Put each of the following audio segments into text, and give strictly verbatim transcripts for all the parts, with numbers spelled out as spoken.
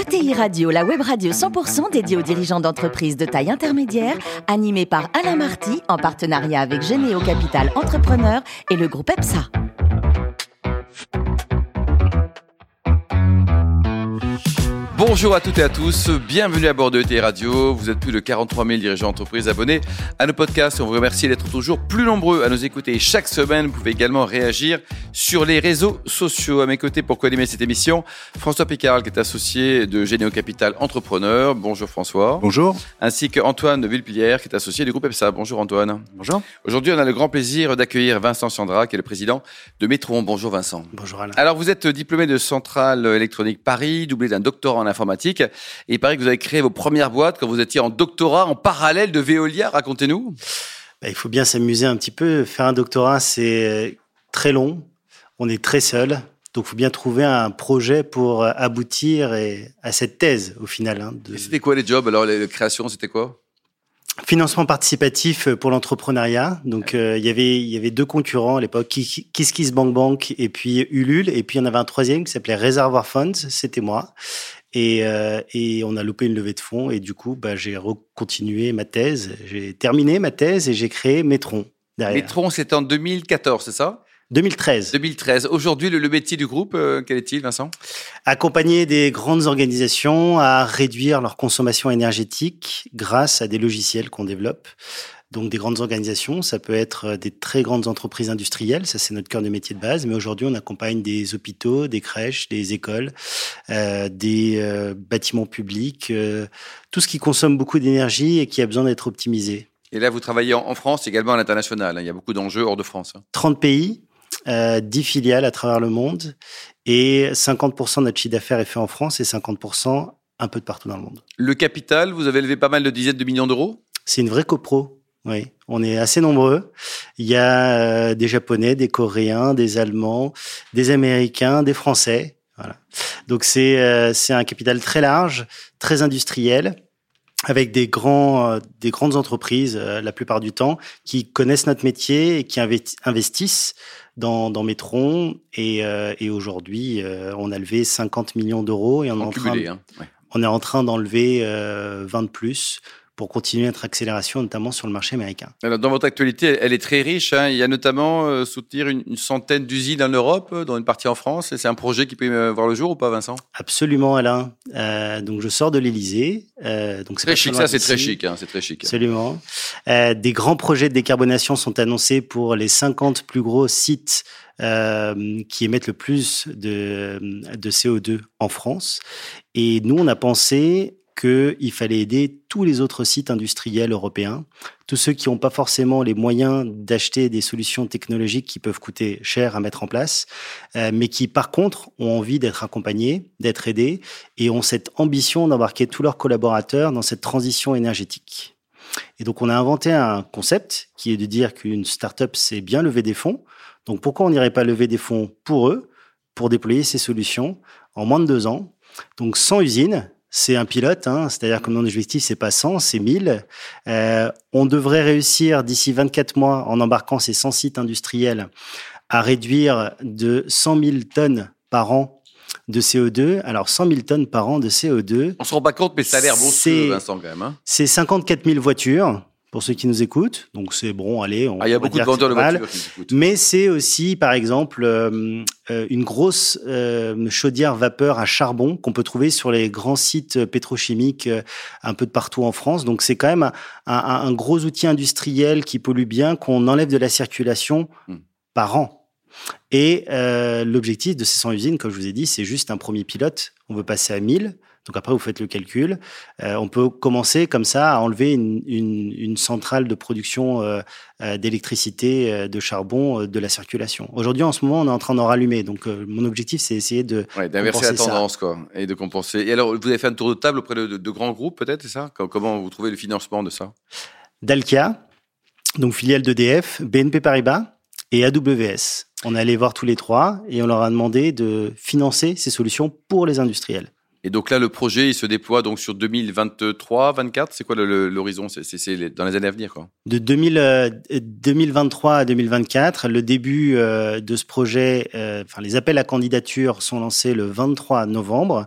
E T I Radio, la web radio cent pour cent dédiée aux dirigeants d'entreprises de taille intermédiaire, animée par Alain Marty, en partenariat avec Généo Capital Entrepreneur et le groupe EPSA. Bonjour à toutes et à tous, bienvenue à bord de E T I Radio. Vous êtes plus de quarante-trois mille dirigeants d'entreprises abonnés à nos podcasts. On vous remercie d'être toujours plus nombreux à nous écouter chaque semaine. Vous pouvez également réagir sur les réseaux sociaux. À mes côtés pour co-animer cette émission, François Picard, qui est associé de Généo Capital Entrepreneur. Bonjour François. Bonjour. Ainsi qu'Antoine Villepillière, qui est associé du groupe EPSA. Bonjour Antoine. Bonjour. Aujourd'hui, on a le grand plaisir d'accueillir Vincent Ciandra, qui est le président de Metron. Bonjour Vincent. Bonjour Alain. Alors, vous êtes diplômé de Centrale Électronique Paris, doublé d'un doctorat en informatique. Et il paraît que vous avez créé vos premières boîtes quand vous étiez en doctorat en parallèle de Veolia. Racontez-nous. Bah, il faut bien s'amuser un petit peu. Faire un doctorat, c'est très long. On est très seul. Donc, il faut bien trouver un projet pour aboutir et, à cette thèse, au final. Hein, de... Et c'était quoi les jobs? Alors, les créations, c'était quoi? Financement participatif pour l'entrepreneuriat. Donc, euh, il y avait, il y avait deux concurrents à l'époque, KissKissBankBank et puis Ulule. Et puis, il y en avait un troisième qui s'appelait Reservoir Funds. C'était moi. Et, euh, et on a loupé une levée de fonds. Et du coup, bah, j'ai continué ma thèse. J'ai terminé ma thèse et j'ai créé Metron derrière. Metron, c'était en deux mille quatorze, c'est ça? deux mille treize. deux mille treize. Aujourd'hui, le, le métier du groupe, euh, quel est-il, Vincent? Accompagner des grandes organisations à réduire leur consommation énergétique grâce à des logiciels qu'on développe. Donc, des grandes organisations, ça peut être des très grandes entreprises industrielles, ça c'est notre cœur de métier de base, mais aujourd'hui on accompagne des hôpitaux, des crèches, des écoles, euh, des euh, bâtiments publics, euh, tout ce qui consomme beaucoup d'énergie et qui a besoin d'être optimisé. Et là, vous travaillez en, en France, également à l'international, hein. Il y a beaucoup d'enjeux hors de France. Hein. trente pays, euh, dix filiales à travers le monde, et cinquante pour cent de notre chiffre d'affaires est fait en France et cinquante pour cent un peu de partout dans le monde. Le capital, vous avez levé pas mal de dizaines de millions d'euros? C'est une vraie copro. Oui, on est assez nombreux. Il y a euh, des Japonais, des Coréens, des Allemands, des Américains, des Français. Voilà. Donc c'est euh, c'est un capital très large, très industriel, avec des grands euh, des grandes entreprises euh, la plupart du temps qui connaissent notre métier et qui investi- investissent dans dans Metron. Et euh, et aujourd'hui, euh, on a levé cinquante millions d'euros et on en est en cumulé, train hein. Ouais. on est en train d'enlever euh, vingt de plus. Pour continuer notre accélération, notamment sur le marché américain. Alors, dans votre actualité, elle est très riche. Hein. Il y a notamment euh, soutenir une, une centaine d'usines en Europe, dont une partie en France. Et c'est un projet qui peut euh, voir le jour ou pas, Vincent? Absolument, Alain. Euh, donc, je sors de l'Élysée. Euh, donc c'est très chic, ça, c'est très chic. Hein, c'est très chic. Absolument. Euh, des grands projets de décarbonation sont annoncés pour les cinquante plus gros sites euh, qui émettent le plus de, de C O deux en France. Et nous, on a pensé qu'il fallait aider tous les autres sites industriels européens, tous ceux qui n'ont pas forcément les moyens d'acheter des solutions technologiques qui peuvent coûter cher à mettre en place, euh, mais qui, par contre, ont envie d'être accompagnés, d'être aidés, et ont cette ambition d'embarquer tous leurs collaborateurs dans cette transition énergétique. Et donc, on a inventé un concept qui est de dire qu'une start-up, c'est bien lever des fonds. Donc, pourquoi on n'irait pas lever des fonds pour eux, pour déployer ces solutions en moins de deux ans? Donc, cent usines. C'est un pilote, hein, c'est-à-dire que mon objectif, c'est pas cent, c'est mille. Euh, on devrait réussir d'ici vingt-quatre mois, en embarquant ces cent sites industriels, à réduire de cent mille tonnes par an de C O deux. Alors, cent mille tonnes par an de C O deux. On se rend pas compte, mais ça a l'air monstrueux, Vincent, quand même. Hein. C'est cinquante-quatre mille voitures, pour ceux qui nous écoutent. Donc, c'est bon, allez. On, ah, il y a on beaucoup de vendeurs de voitures qui nous écoutent. Mais c'est aussi, par exemple, euh, euh, une grosse euh, chaudière vapeur à charbon qu'on peut trouver sur les grands sites pétrochimiques euh, un peu de partout en France. Donc, c'est quand même un, un, un gros outil industriel qui pollue bien, qu'on enlève de la circulation mmh. par an. Et euh, l'objectif de ces cent usines, comme je vous ai dit, c'est juste un premier pilote. On veut passer à mille. Donc après, vous faites le calcul. Euh, on peut commencer comme ça à enlever une, une, une centrale de production euh, euh, d'électricité, euh, de charbon, euh, de la circulation. Aujourd'hui, en ce moment, on est en train d'en rallumer. Donc, euh, mon objectif, c'est essayer de ouais, d'inverser la tendance, ça. Quoi, et de compenser. Et alors, vous avez fait un tour de table auprès de, de, de grands groupes, peut-être, c'est ça? Comment vous trouvez le financement de ça? Dalkia, donc filiale d'E D F, B N P Paribas et A W S. On est allé voir tous les trois et on leur a demandé de financer ces solutions pour les industriels. Et donc là, le projet, il se déploie donc sur deux mille vingt-trois, vingt-quatre. C'est quoi le, le, l'horizon? c'est, c'est, c'est dans les années à venir, quoi. De deux mille, euh, deux mille vingt-trois à deux mille vingt-quatre, le début euh, de ce projet, euh, enfin les appels à candidature sont lancés le vingt-trois novembre,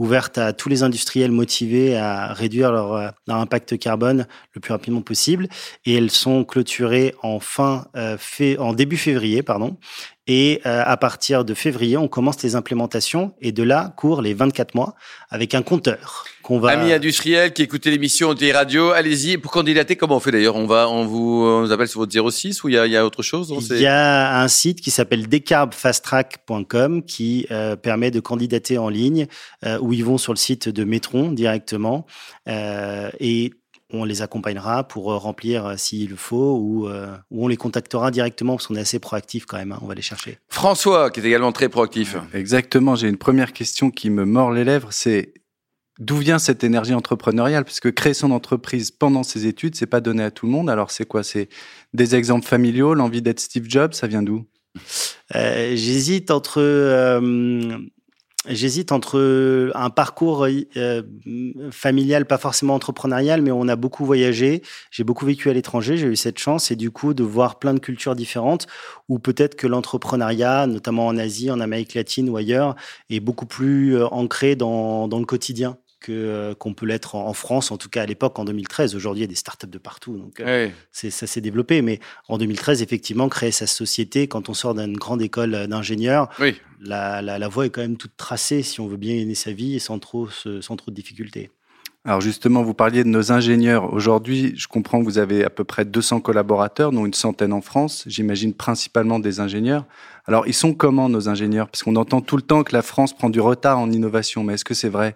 ouverte à tous les industriels motivés à réduire leur, leur impact carbone le plus rapidement possible. Et elles sont clôturées en fin, euh, fait, en début février, pardon. Et euh, à partir de février, on commence les implémentations et de là courent les vingt-quatre mois avec un compteur qu'on va. Amis industriels qui écoutez l'émission T I Radio, allez-y. Pour candidater, comment on fait d'ailleurs? On va, on vous, on vous appelle sur votre zéro six ou il y a, il y a autre chose? Il y a un site qui s'appelle decarb fast track point com qui euh, permet de candidater en ligne, euh, où ils vont sur le site de Metron directement euh, et on les accompagnera pour remplir euh, s'il le faut ou, euh, ou on les contactera directement parce qu'on est assez proactif quand même, hein, on va les chercher. François, qui est également très proactif. Exactement, j'ai une première question qui me mord les lèvres, c'est d'où vient cette énergie entrepreneuriale? Parce que créer son entreprise pendant ses études, c'est pas donné à tout le monde. Alors c'est quoi? C'est des exemples familiaux, l'envie d'être Steve Jobs, ça vient d'où? euh, J'hésite entre... Euh, J'hésite entre un parcours euh, familial, pas forcément entrepreneurial, mais on a beaucoup voyagé. J'ai beaucoup vécu à l'étranger, j'ai eu cette chance et du coup de voir plein de cultures différentes ou peut-être que l'entrepreneuriat, notamment en Asie, en Amérique latine ou ailleurs, est beaucoup plus euh, ancré dans, dans le quotidien que euh, qu'on peut l'être en, en France, en tout cas à l'époque en deux mille treize. Aujourd'hui, il y a des startups de partout, donc euh, Oui. c'est, ça s'est développé. Mais en deux mille treize, effectivement, créer sa société quand on sort d'une grande école d'ingénieur, Oui. la, la, la voie est quand même toute tracée si on veut bien gagner sa vie et sans trop, sans trop de difficultés. Alors justement, vous parliez de nos ingénieurs. Aujourd'hui, je comprends que vous avez à peu près deux cents collaborateurs, dont une centaine en France. J'imagine principalement des ingénieurs. Alors, ils sont comment, nos ingénieurs? Parce qu'on entend tout le temps que la France prend du retard en innovation, mais est-ce que c'est vrai?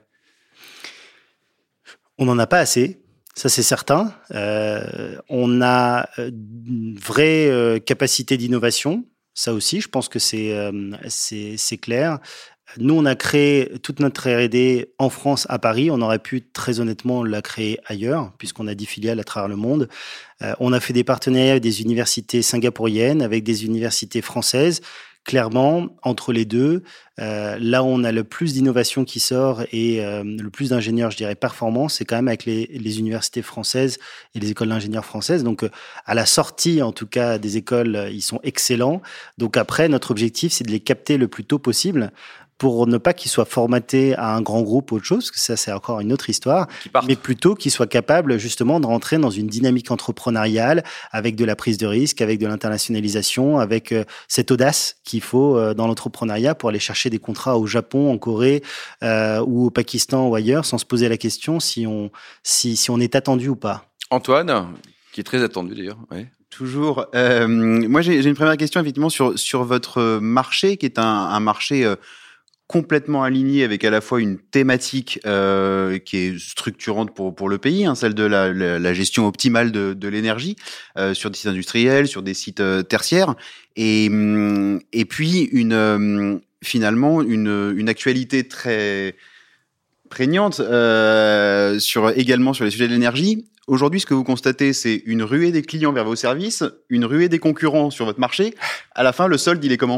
On n'en a pas assez, ça c'est certain. Euh, on a une vraie euh, capacité d'innovation, ça aussi, je pense que c'est, euh, c'est, c'est clair. Nous, on a créé toute notre R et D en France, à Paris. On aurait pu, très honnêtement, la créer ailleurs, puisqu'on a dix filiales à travers le monde. Euh, on a fait des partenariats avec des universités singapouriennes, avec des universités françaises. Clairement, entre les deux, euh, là où on a le plus d'innovation qui sort et euh, le plus d'ingénieurs, je dirais, performants, c'est quand même avec les, les universités françaises et les écoles d'ingénieurs françaises. Donc, euh, à la sortie, en tout cas, des écoles, euh, ils sont excellents. Donc après, notre objectif, c'est de les capter le plus tôt possible pour ne pas qu'ils soient formatés à un grand groupe ou autre chose, parce que ça, c'est encore une autre histoire, mais plutôt qu'ils soient capables, justement, de rentrer dans une dynamique entrepreneuriale avec de la prise de risque, avec de l'internationalisation, avec euh, cette audace qu'il faut euh, dans l'entrepreneuriat pour aller chercher des contrats au Japon, en Corée euh, ou au Pakistan ou ailleurs, sans se poser la question si on, si, si on est attendu ou pas. Antoine, qui est très attendu d'ailleurs. Oui. Toujours. Euh, moi, j'ai, j'ai une première question, effectivement, sur, sur votre marché, qui est un, un marché... Euh, complètement aligné avec à la fois une thématique euh, qui est structurante pour pour le pays, hein, celle de la, la, la gestion optimale de, de l'énergie euh, sur des sites industriels, sur des sites euh, tertiaires, et et puis une euh, finalement une une actualité très prégnante euh, sur également sur les sujets de l'énergie. Aujourd'hui, ce que vous constatez, c'est une ruée des clients vers vos services, une ruée des concurrents sur votre marché. À la fin, le solde, il est comment ?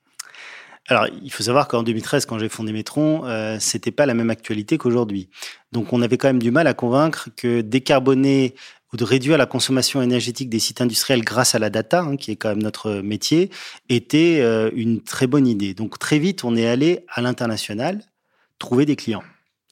Alors, il faut savoir qu'en deux mille treize, quand j'ai fondé Metron, euh, c'était pas la même actualité qu'aujourd'hui. Donc, on avait quand même du mal à convaincre que décarboner ou de réduire la consommation énergétique des sites industriels grâce à la data, hein, qui est quand même notre métier, était euh, une très bonne idée. Donc, très vite, on est allé à l'international trouver des clients.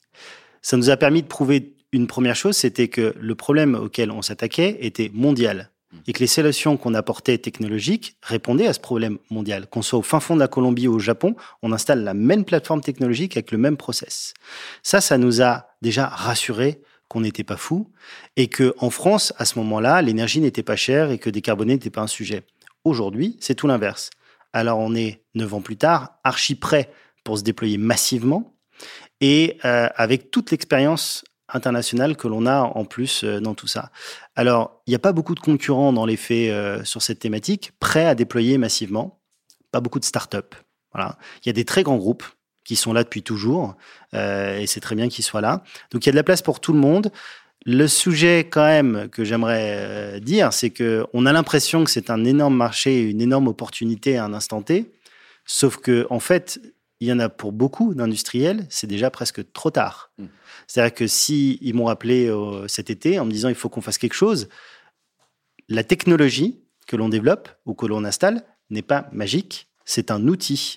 Ça nous a permis de prouver une première chose, c'était que le problème auquel on s'attaquait était mondial. Et que les solutions qu'on apportait technologiques répondaient à ce problème mondial. Qu'on soit au fin fond de la Colombie ou au Japon, on installe la même plateforme technologique avec le même process. Ça, ça nous a déjà rassurés qu'on n'était pas fous et que en France, à ce moment-là, l'énergie n'était pas chère et que décarboner n'était pas un sujet. Aujourd'hui, c'est tout l'inverse. Alors, on est neuf ans plus tard, archi prêt pour se déployer massivement et euh, avec toute l'expérience international que l'on a en plus euh, dans tout ça. Alors, il n'y a pas beaucoup de concurrents dans les faits euh, sur cette thématique, prêts à déployer massivement, pas beaucoup de start-up. Voilà. Il y a des très grands groupes qui sont là depuis toujours, euh, et c'est très bien qu'ils soient là. Donc, il y a de la place pour tout le monde. Le sujet, quand même, que j'aimerais euh, dire, c'est qu'on a l'impression que c'est un énorme marché, une énorme opportunité à un instant T, sauf que, en fait, il y en a pour beaucoup d'industriels, c'est déjà presque trop tard. Mmh. C'est-à-dire que si ils m'ont appelé euh, cet été en me disant il faut qu'on fasse quelque chose, la technologie que l'on développe ou que l'on installe n'est pas magique, c'est un outil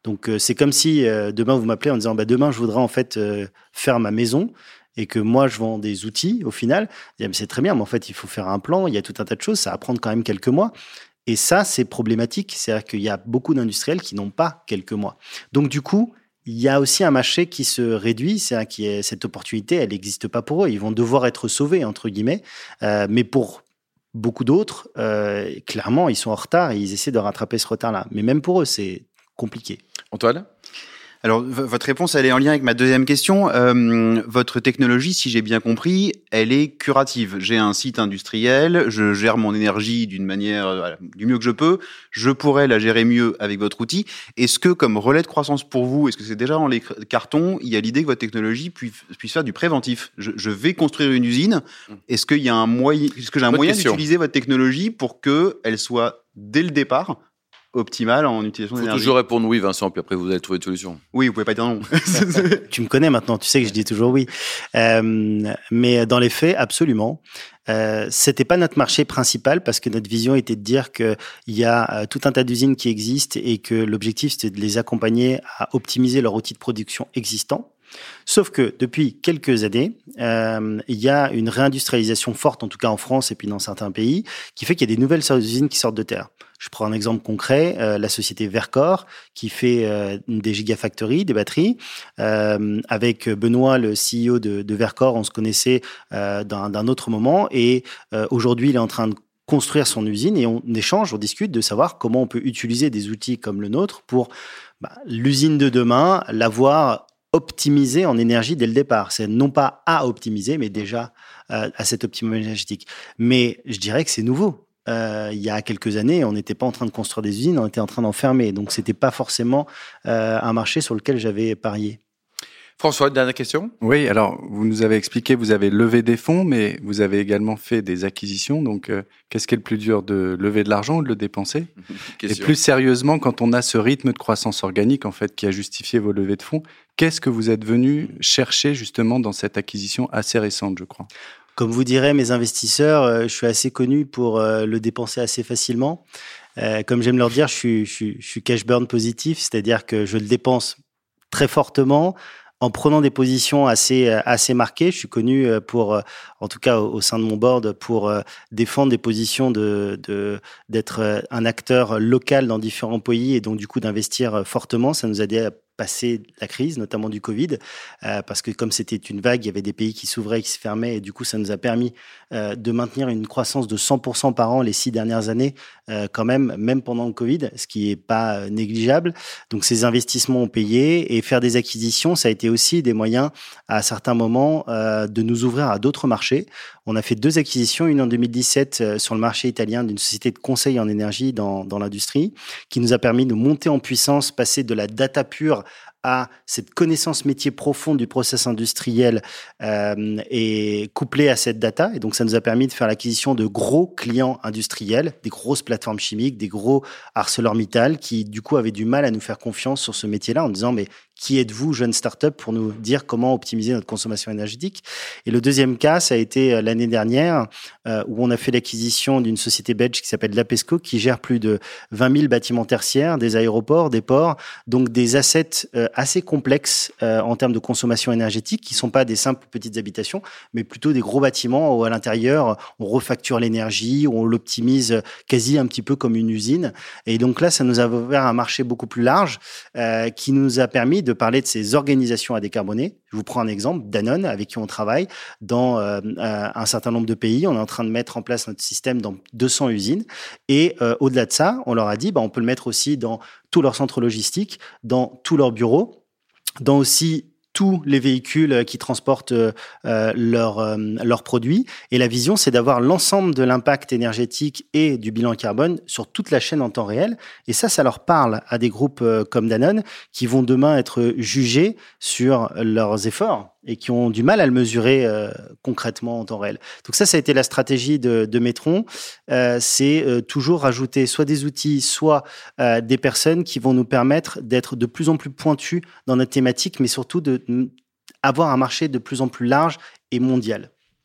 Donc euh, c'est comme si euh, demain vous m'appelez en disant bah, demain je voudrais en fait euh, faire ma maison et que moi je vends des outils au final. Et, c'est très bien, mais en fait il faut faire un plan, il y a tout un tas de choses, ça va prendre quand même quelques mois. Et ça c'est problématique, c'est-à-dire qu'il y a beaucoup d'industriels qui n'ont pas quelques mois. Donc du coup il y a aussi un marché qui se réduit, c'est-à-dire que cette opportunité elle n'existe pas pour eux, ils vont devoir être sauvés entre guillemets, euh, mais pour beaucoup d'autres, euh, clairement, ils sont en retard et ils essaient de rattraper ce retard-là. Mais même pour eux, c'est compliqué. Antoine ? Alors, v- votre réponse, elle est en lien avec ma deuxième question. Euh, votre technologie, si j'ai bien compris, elle est curative. J'ai un site industriel, je gère mon énergie d'une manière, euh, voilà, du mieux que je peux. Je pourrais la gérer mieux avec votre outil. Est-ce que, comme relais de croissance pour vous, est-ce que c'est déjà dans les cartons, il y a l'idée que votre technologie puisse, puisse faire du préventif ? je, je vais construire une usine. Est-ce qu'il y a un moyen, est-ce que j'ai un Bonne moyen question. d'utiliser votre technologie pour que elle soit dès le départ optimale en utilisation Il faut d'énergie ? toujours répondre oui, Vincent, puis après vous allez trouver une solution. Oui, vous pouvez pas dire non. Tu me connais maintenant, tu sais que je dis toujours oui. Euh, mais dans les faits, absolument. Euh, c'était pas notre marché principal parce que notre vision était de dire qu'il y a euh, tout un tas d'usines qui existent et que l'objectif c'était de les accompagner à optimiser leur outil de production existant. Sauf que depuis quelques années, euh, il y a une réindustrialisation forte, en tout cas en France et puis dans certains pays, qui fait qu'il y a des nouvelles usines qui sortent de terre. Je prends un exemple concret, euh, la société Verkor, qui fait euh, des gigafactories, des batteries. Euh, avec Benoît, le C E O de, de Verkor, on se connaissait euh, d'un, d'un autre moment et euh, aujourd'hui, il est en train de construire son usine et on échange, on discute de savoir comment on peut utiliser des outils comme le nôtre pour bah, l'usine de demain, l'avoir optimiser en énergie dès le départ. C'est non pas à optimiser, mais déjà euh, à cette optimisation énergétique. Mais je dirais que c'est nouveau. Euh, il y a quelques années, on n'était pas en train de construire des usines, on était en train d'en fermer. Donc, c'était pas forcément euh, un marché sur lequel j'avais parié. François, dernière question ? Oui, alors vous nous avez expliqué, vous avez levé des fonds, mais vous avez également fait des acquisitions. Donc, euh, qu'est-ce qui est le plus dur, de lever de l'argent ou de le dépenser ? Et plus sérieusement, quand on a ce rythme de croissance organique, en fait, qui a justifié vos levées de fonds, qu'est-ce que vous êtes venu chercher justement dans cette acquisition assez récente, je crois ? Comme vous diraient mes investisseurs, euh, je suis assez connu pour euh, le dépenser assez facilement. Euh, comme j'aime leur dire, je suis, je suis, je suis cash burn positif, c'est-à-dire que je le dépense très fortement, en prenant des positions assez assez marquées. Je suis connu pour, en tout cas au, au sein de mon board, pour défendre des positions de, de d'être un acteur local dans différents pays et donc du coup d'investir fortement. Ça nous a aidé à passer la crise, notamment du Covid, euh, parce que comme c'était une vague, il y avait des pays qui s'ouvraient, qui se fermaient, et du coup, ça nous a permis euh, de maintenir une croissance de cent pour cent par an les six dernières années, euh, quand même, même pendant le Covid, ce qui est pas euh, négligeable. Donc, ces investissements ont payé, et faire des acquisitions, ça a été aussi des moyens, à certains moments, euh, de nous ouvrir à d'autres marchés. On a fait deux acquisitions, une en deux mille dix-sept euh, sur le marché italien d'une société de conseil en énergie dans, dans l'industrie, qui nous a permis de monter en puissance, passer de la data pure à cette connaissance métier profonde du process industriel euh, et couplée à cette data. Et donc, ça nous a permis de faire l'acquisition de gros clients industriels, des grosses plateformes chimiques, des gros ArcelorMittal qui, du coup, avaient du mal à nous faire confiance sur ce métier-là en disant « mais qui êtes-vous, jeune start-up, pour nous dire comment optimiser notre consommation énergétique ?» Et le deuxième cas, ça a été l'année dernière euh, où on a fait l'acquisition d'une société belge qui s'appelle Lapesco, qui gère plus de vingt mille bâtiments tertiaires, des aéroports, des ports, donc des assets euh, assez complexes euh, en termes de consommation énergétique, qui sont pas des simples petites habitations, mais plutôt des gros bâtiments où à l'intérieur, on refacture l'énergie, où on l'optimise quasi un petit peu comme une usine. Et donc là, ça nous a ouvert un marché beaucoup plus large euh, qui nous a permis de parler de ces organisations à décarboner. Je vous prends un exemple, Danone, avec qui on travaille dans euh, un certain nombre de pays. On est en train de mettre en place notre système dans deux cents usines. Et euh, au-delà de ça, on leur a dit, bah, on peut le mettre aussi dans tous leurs centres logistiques, dans tous leurs bureaux, dans aussi tous les véhicules qui transportent euh, leurs euh, leurs produits. Et la vision, c'est d'avoir l'ensemble de l'impact énergétique et du bilan carbone sur toute la chaîne en temps réel. Et ça, ça leur parle à des groupes euh, comme Danone qui vont demain être jugés sur leurs efforts et qui ont du mal à le mesurer euh, concrètement en temps réel. Donc ça, ça a été la stratégie de, de Metron. Euh, c'est euh, toujours rajouter soit des outils, soit euh, des personnes qui vont nous permettre d'être de plus en plus pointus dans notre thématique, mais surtout de avoir un marché de plus en plus large et mondial.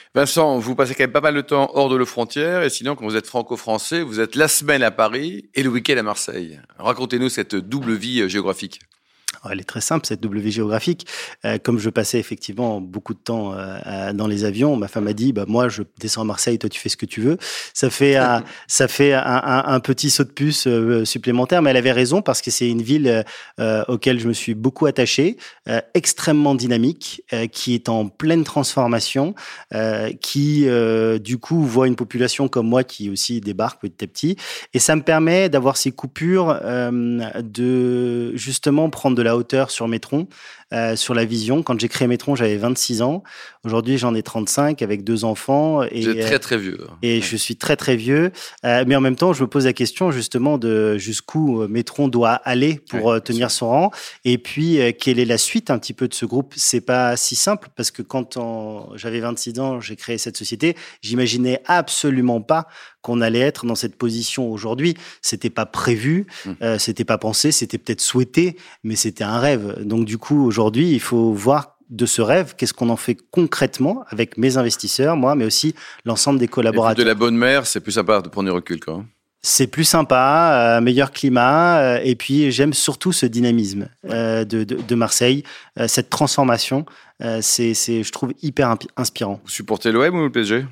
Vincent, vous passez quand même pas mal de temps hors de nos frontières, et sinon, quand vous êtes franco-français, vous êtes la semaine à Paris et le week-end à Marseille. Racontez-nous cette double vie géographique. Elle est très simple, cette double vie géographique. Euh, comme je passais effectivement beaucoup de temps euh, dans les avions, ma femme a dit bah, « moi, je descends à Marseille, toi, tu fais ce que tu veux ». Ça fait, un, ça fait un, un, un petit saut de puce euh, supplémentaire, mais elle avait raison parce que c'est une ville euh, auquel je me suis beaucoup attaché, euh, extrêmement dynamique, euh, qui est en pleine transformation, euh, qui, euh, du coup, voit une population comme moi qui aussi débarque petit à petit. Et ça me permet d'avoir ces coupures, euh, de justement prendre de la hauteur sur mes troncs, euh, sur la vision. Quand j'ai créé Metron, j'avais vingt-six ans. Aujourd'hui, j'en ai trente-cinq avec deux enfants. Et, Vous êtes très, très vieux. Et ouais. Je suis très, très vieux. Euh, mais en même temps, je me pose la question justement de jusqu'où Metron doit aller pour ouais, tenir son rang. Et puis, euh, quelle est la suite un petit peu de ce groupe? C'est pas si simple parce que quand on... j'avais vingt-six ans, j'ai créé cette société. J'imaginais absolument pas qu'on allait être dans cette position aujourd'hui. C'était pas prévu, mmh. euh, c'était pas pensé, c'était peut-être souhaité, mais c'était un rêve. Donc du coup, aujourd'hui, il faut voir de ce rêve, qu'est-ce qu'on en fait concrètement avec mes investisseurs, moi, mais aussi l'ensemble des collaborateurs. De la bonne mer, c'est plus sympa de prendre du recul, quoi. C'est plus sympa, euh, meilleur climat, euh, et puis j'aime surtout ce dynamisme euh, de, de, de Marseille, euh, cette transformation, euh, c'est, c'est, je trouve, hyper inspirant. Vous supportez l'O M ou le P S G ?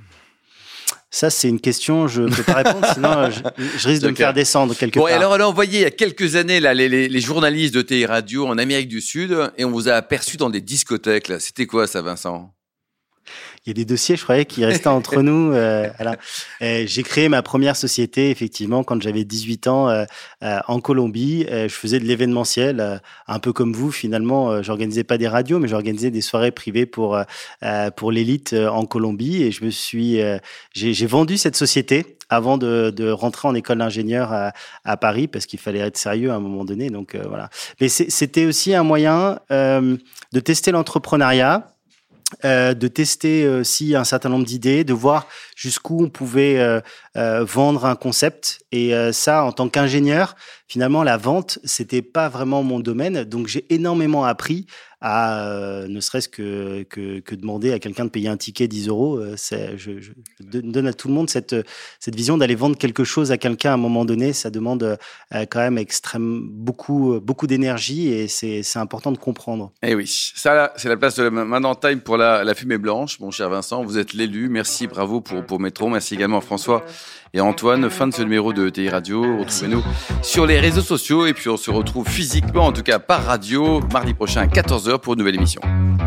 Ça, c'est une question, je ne peux pas répondre, sinon je, je risque de me faire descendre quelque bon, part. Alors, alors, on voyait il y a quelques années là, les, les, les journalistes de T I Radio en Amérique du Sud, et on vous a aperçu dans des discothèques. Là. C'était quoi ça, Vincent ? Il y a des dossiers, je croyais, qui restaient entre nous. Euh, voilà. euh, j'ai créé ma première société, effectivement, quand j'avais dix-huit ans, euh, euh, en Colombie. Euh, je faisais de l'événementiel, euh, un peu comme vous, finalement. Euh, j'organisais pas des radios, mais j'organisais des soirées privées pour euh, pour l'élite euh, en Colombie. Et je me suis, euh, j'ai, j'ai vendu cette société avant de, de rentrer en école d'ingénieur à, à Paris, parce qu'il fallait être sérieux à un moment donné. Donc euh, voilà. Mais c'est, c'était aussi un moyen euh, de tester l'entrepreneuriat. Euh, de tester aussi un certain nombre d'idées, de voir jusqu'où on pouvait euh, euh, vendre un concept. Et euh, ça, en tant qu'ingénieur, finalement, la vente, c'était pas vraiment mon domaine. Donc, j'ai énormément appris à euh, ne serait-ce que, que, que demander à quelqu'un de payer un ticket dix euros. Euh, c'est, je, je donne à tout le monde cette, cette vision d'aller vendre quelque chose à quelqu'un à un moment donné. Ça demande euh, quand même extrêmement beaucoup, beaucoup d'énergie et c'est, c'est important de comprendre. Eh oui, ça là, c'est la place de la main dans time pour la, la fumée blanche. Mon cher Vincent, vous êtes l'élu. Merci, bravo pour, pour Metron. Merci également à François et Antoine. Fin de ce numéro de T I Radio. Retrouvez-nous sur les réseaux sociaux et puis on se retrouve physiquement, en tout cas par radio, mardi prochain à quatorze heures pour une nouvelle émission.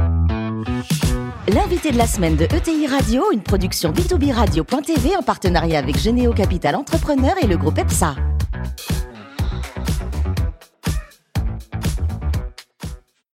L'invité de la semaine de E T I Radio, une production b to b radio point t v en partenariat avec Généo Capital Entrepreneur et le groupe E P S A.